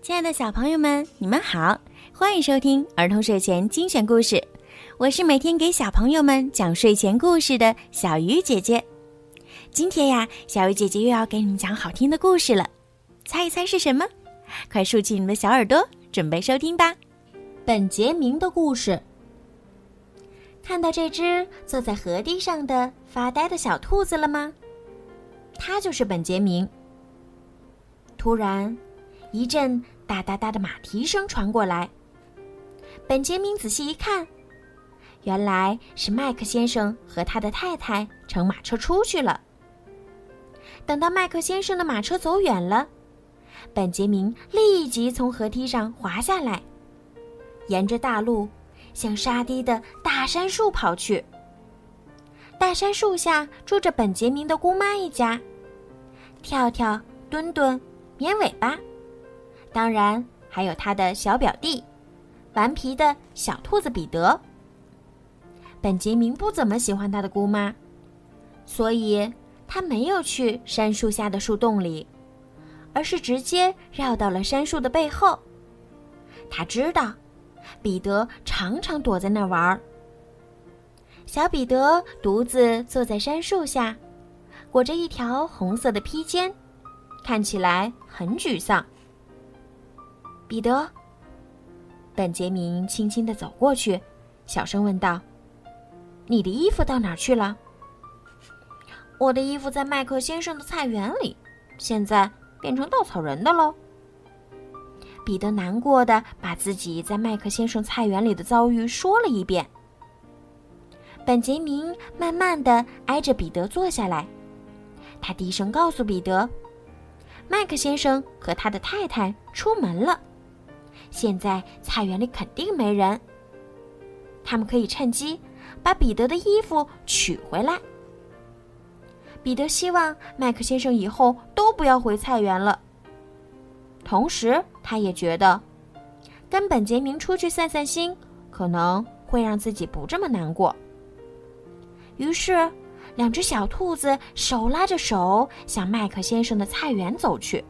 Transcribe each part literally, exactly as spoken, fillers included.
亲爱的小朋友们，你们好，欢迎收听儿童睡前精选故事。我是每天给小朋友们讲睡前故事的小鱼姐姐。今天呀，小鱼姐姐又要给你们讲好听的故事了，猜一猜是什么？快竖起你们的小耳朵，准备收听吧。本杰明的故事。看到这只坐在河堤上的发呆的小兔子了吗？它就是本杰明。突然，一阵哒哒哒的马蹄声传过来。本杰明仔细一看，原来是麦克先生和他的太太乘马车出去了。等到麦克先生的马车走远了，本杰明立即从河堤上滑下来，沿着大路向沙堤的大杉树跑去。大杉树下住着本杰明的姑妈一家，跳跳、墩墩、绵尾巴，当然还有他的小表弟，顽皮的小兔子彼得。本杰明不怎么喜欢他的姑妈，所以他没有去杉树下的树洞里，而是直接绕到了杉树的背后。他知道彼得常常躲在那儿玩。小彼得独自坐在杉树下，裹着一条红色的披肩，看起来很沮丧。彼得，本杰明轻轻地走过去，小声问道：“你的衣服到哪儿去了？”“我的衣服在麦克先生的菜园里，现在变成稻草人的喽。”彼得难过地把自己在麦克先生菜园里的遭遇说了一遍。本杰明慢慢地挨着彼得坐下来，他低声告诉彼得，麦克先生和他的太太出门了，现在菜园里肯定没人，他们可以趁机把彼得的衣服取回来。彼得希望麦克先生以后都不要回菜园了，同时他也觉得跟本杰明出去散散心可能会让自己不这么难过。于是两只小兔子手拉着手向麦克先生的菜园走去。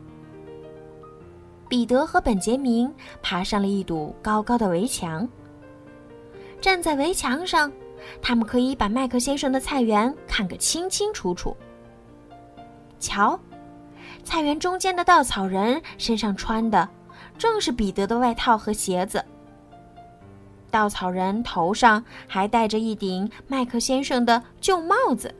彼得和本杰明爬上了一堵高高的围墙，站在围墙上，他们可以把麦克先生的菜园看个清清楚楚。瞧，菜园中间的稻草人身上穿的正是彼得的外套和鞋子，稻草人头上还戴着一顶麦克先生的旧帽子。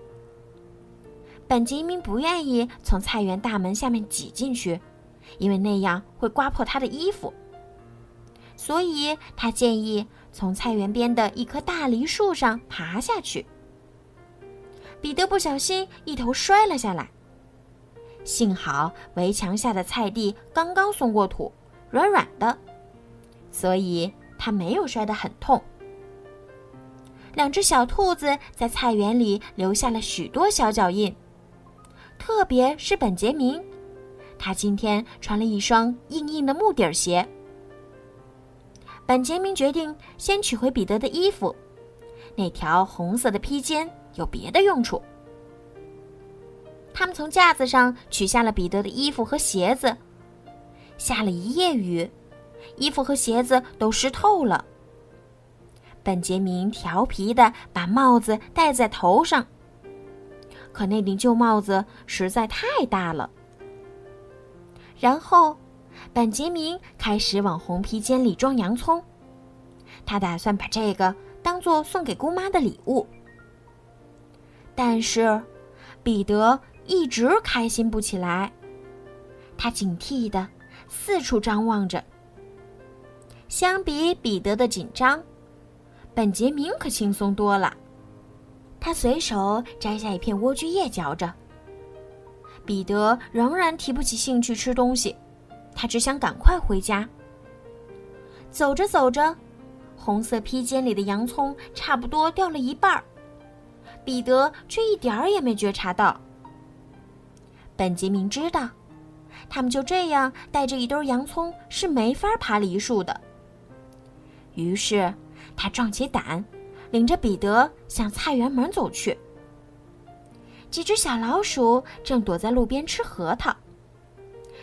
本杰明不愿意从菜园大门下面挤进去，因为那样会刮破他的衣服，所以他建议从菜园边的一棵大梨树上爬下去。彼得不小心一头摔了下来，幸好围墙下的菜地刚刚松过土，软软的，所以他没有摔得很痛。两只小兔子在菜园里留下了许多小脚印，特别是本杰明，他今天穿了一双硬硬的木底鞋。本杰明决定先取回彼得的衣服，那条红色的披肩有别的用处。他们从架子上取下了彼得的衣服和鞋子，下了一夜雨，衣服和鞋子都湿透了。本杰明调皮地把帽子戴在头上，可那顶旧帽子实在太大了。然后本杰明开始往红披肩里装洋葱，他打算把这个当作送给姑妈的礼物。但是彼得一直开心不起来，他警惕地四处张望着。相比彼得的紧张，本杰明可轻松多了。他随手摘下一片莴苣叶嚼着。彼得仍然提不起兴趣吃东西，他只想赶快回家。走着走着，红色披肩里的洋葱差不多掉了一半，彼得却一点儿也没觉察到。本杰明知道，他们就这样带着一堆洋葱是没法爬梨树的。于是他壮起胆，领着彼得向菜园门走去。几只小老鼠正躲在路边吃核桃，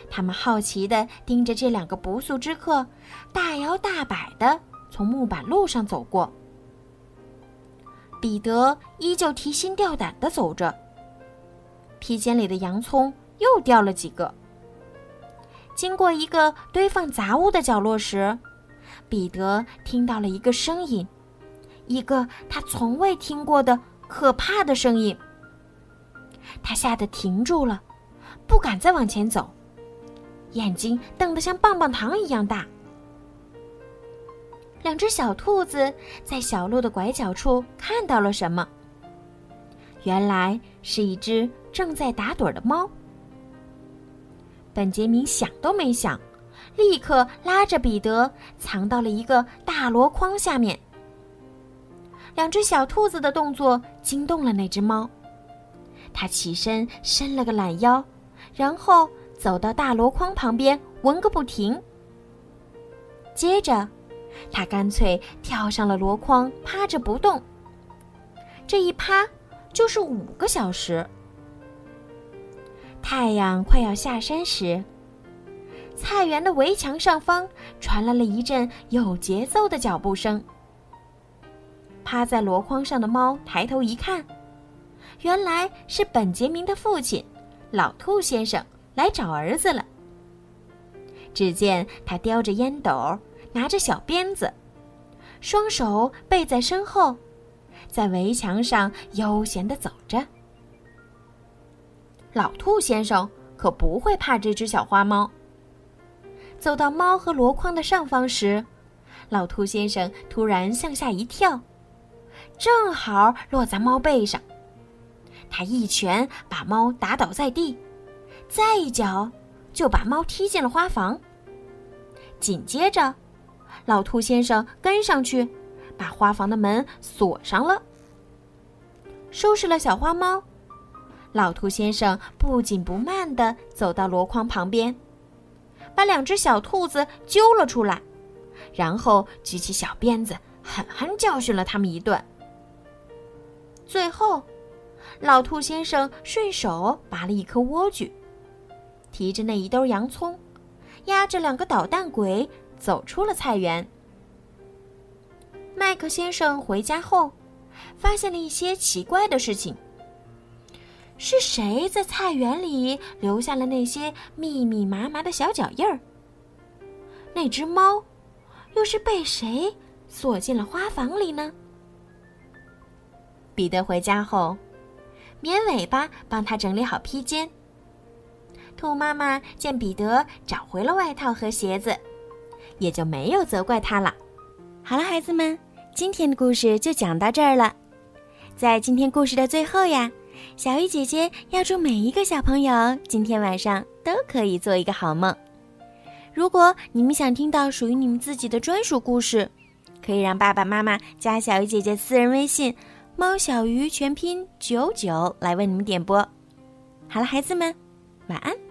他们好奇地盯着这两个不速之客，大摇大摆地从木板路上走过。彼得依旧提心吊胆地走着，披肩里的洋葱又掉了几个。经过一个堆放杂物的角落时，彼得听到了一个声音，一个他从未听过的可怕的声音。他吓得停住了，不敢再往前走，眼睛瞪得像棒棒糖一样大。两只小兔子在小路的拐角处看到了什么？原来是一只正在打盹的猫。本杰明想都没想，立刻拉着彼得藏到了一个大箩筐下面。两只小兔子的动作惊动了那只猫，它起身伸了个懒腰，然后走到大箩筐旁边闻个不停。接着他干脆跳上了箩筐，趴着不动。这一趴就是五个小时。太阳快要下山时，菜园的围墙上方传来了一阵有节奏的脚步声。趴在箩筐上的猫抬头一看，原来是本杰明的父亲老兔先生来找儿子了。只见他叼着烟斗，拿着小鞭子，双手背在身后，在围墙上悠闲地走着。老兔先生可不会怕这只小花猫。走到猫和箩筐的上方时，老兔先生突然向下一跳，正好落在猫背上。他一拳把猫打倒在地，再一脚就把猫踢进了花房。紧接着老兔先生跟上去，把花房的门锁上了。收拾了小花猫，老兔先生不紧不慢地走到箩筐旁边，把两只小兔子揪了出来，然后举起小鞭子狠狠教训了他们一顿。最后老兔先生顺手拔了一颗莴苣，提着那一兜洋葱，压着两个捣蛋鬼走出了菜园。麦克先生回家后发现了一些奇怪的事情。是谁在菜园里留下了那些密密麻麻的小脚印儿？那只猫又是被谁锁进了花房里呢？彼得回家后，绵尾巴帮他整理好披肩。兔妈妈见彼得找回了外套和鞋子，也就没有责怪他了。好了，孩子们，今天的故事就讲到这儿了。在今天故事的最后呀，小鱼姐姐要祝每一个小朋友今天晚上都可以做一个好梦。如果你们想听到属于你们自己的专属故事，可以让爸爸妈妈加小鱼姐姐私人微信猫小鱼全拼九九来为你们点播。好了，孩子们，晚安。